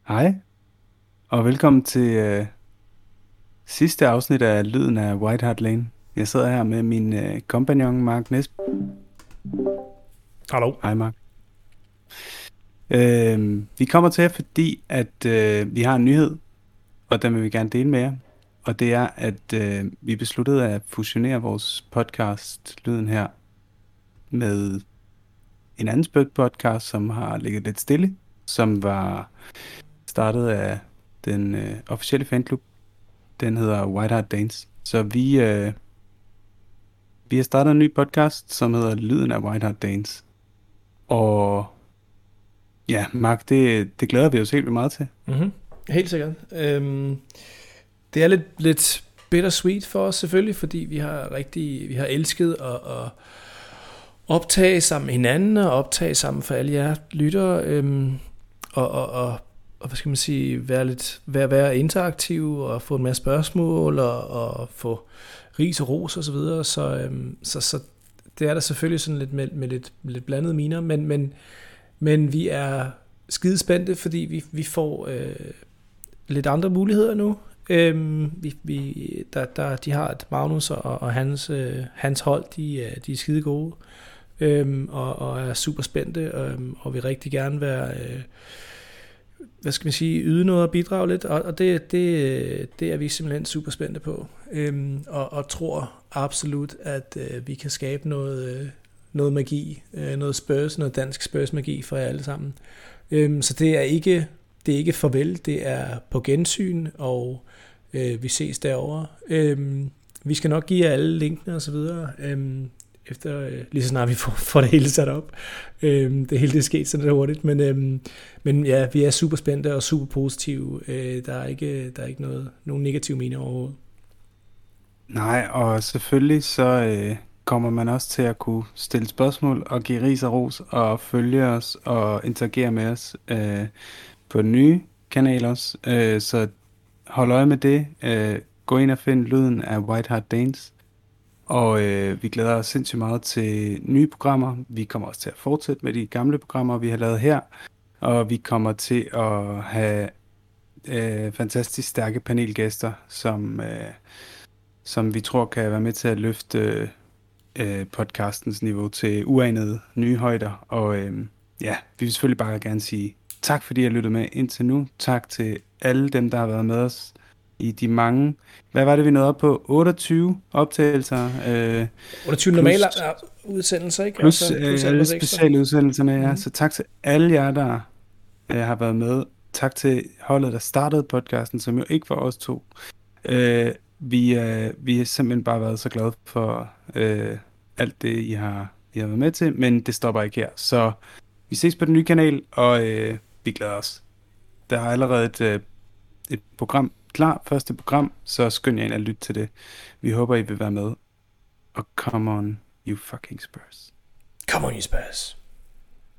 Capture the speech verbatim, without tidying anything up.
Hej, og velkommen til øh, sidste afsnit af Lyden af White Hart Lane. Jeg sidder her med min øh, kompagnon, Mark Nesp. Hallo. Hej, Mark. Øh, vi kommer til jer, fordi at øh, vi har en nyhed, og den vil vi gerne dele med jer. Og det er, at øh, vi besluttede at fusionere vores podcast, Lyden her, med en anden spøg-podcast, som har ligget lidt stille, som var startet af den øh, officielle fanklub. Den hedder White Hart Dance. Så vi, øh, vi har startet en ny podcast, som hedder Lyden af White Hart Dance. Og ja, Mark, det, det glæder vi os helt vildt meget til. Mm-hmm. Helt sikkert. Øhm, det er lidt, lidt bittersweet for os selvfølgelig, fordi vi har rigtig, vi har elsket at, at optage sammen med hinanden, og optage sammen for alle jer lyttere, øhm, og, og, og, og hvad skal man sige, være lidt, være, være interaktiv, og få en masse spørgsmål, og, og få ris og ros og så videre, så, øhm, så, så det er der selvfølgelig sådan lidt med, med lidt, lidt blandede miner, men, men, men vi er skidespændte, fordi vi, vi får øh, lidt andre muligheder nu. Øhm, vi, vi, der, der, de har et Magnus og, og hans, øh, hans hold, de, de er skide gode, øhm, og, og er super spændte, øhm, og vil rigtig gerne være, øh, hvad skal man sige, yde noget og bidrage lidt, og, og det, det, det er vi simpelthen super spændte på, øhm, og, og tror absolut, at øh, vi kan skabe noget, øh, noget magi, øh, noget Spurs, noget dansk Spurs magi for jer alle sammen. Øhm, så det er ikke det er ikke farvel, det er på gensyn, og øh, vi ses derovre. Øhm, vi skal nok give jer alle linkene og så videre, øhm, efter øh, lige så snart vi får, får det hele sat op. Øhm, det hele det er sket sådan lidt hurtigt, men, øhm, men ja, vi er super spændte og super positive. Øh, der er ikke der er ikke noget nogen negativ mening overhovedet. Nej, og selvfølgelig så øh, kommer man også til at kunne stille spørgsmål og give ris og ros og følge os og interagere med os øh, på den nye kanal også. Øh, så hold øje med det. Øh, gå ind og find Lyden af White Hart Dance. Og øh, vi glæder os sindssygt meget til nye programmer. Vi kommer også til at fortsætte med de gamle programmer, vi har lavet her. Og vi kommer til at have øh, fantastisk stærke panelgæster, som, øh, som vi tror kan være med til at løfte øh, podcastens niveau til uanede nye højder. Og øh, ja, vi vil selvfølgelig bare gerne sige tak, fordi I har lyttet med indtil nu. Tak til alle dem, der har været med os i de mange... Hvad var det, vi nåede op på? otteogtyve optagelser. Øh, otteogtyve normale udsendelser, ikke? Plus, Altså, plus øh, alle speciale udsendelserne, ja. Mm-hmm. Så tak til alle jer, der øh, har været med. Tak til holdet, der startede podcasten, som jo ikke var os to. Øh, vi, øh, vi har simpelthen bare været så glade for øh, alt det, I har, I har været med til, men det stopper ikke her. Så vi ses på den nye kanal, og øh, vi glæder os. Der er allerede et, øh, et program klar, første program, så skynd jer ind og lyt til det. Vi håber, I vil være med. Og come on, you fucking Spurs. Come on, you Spurs.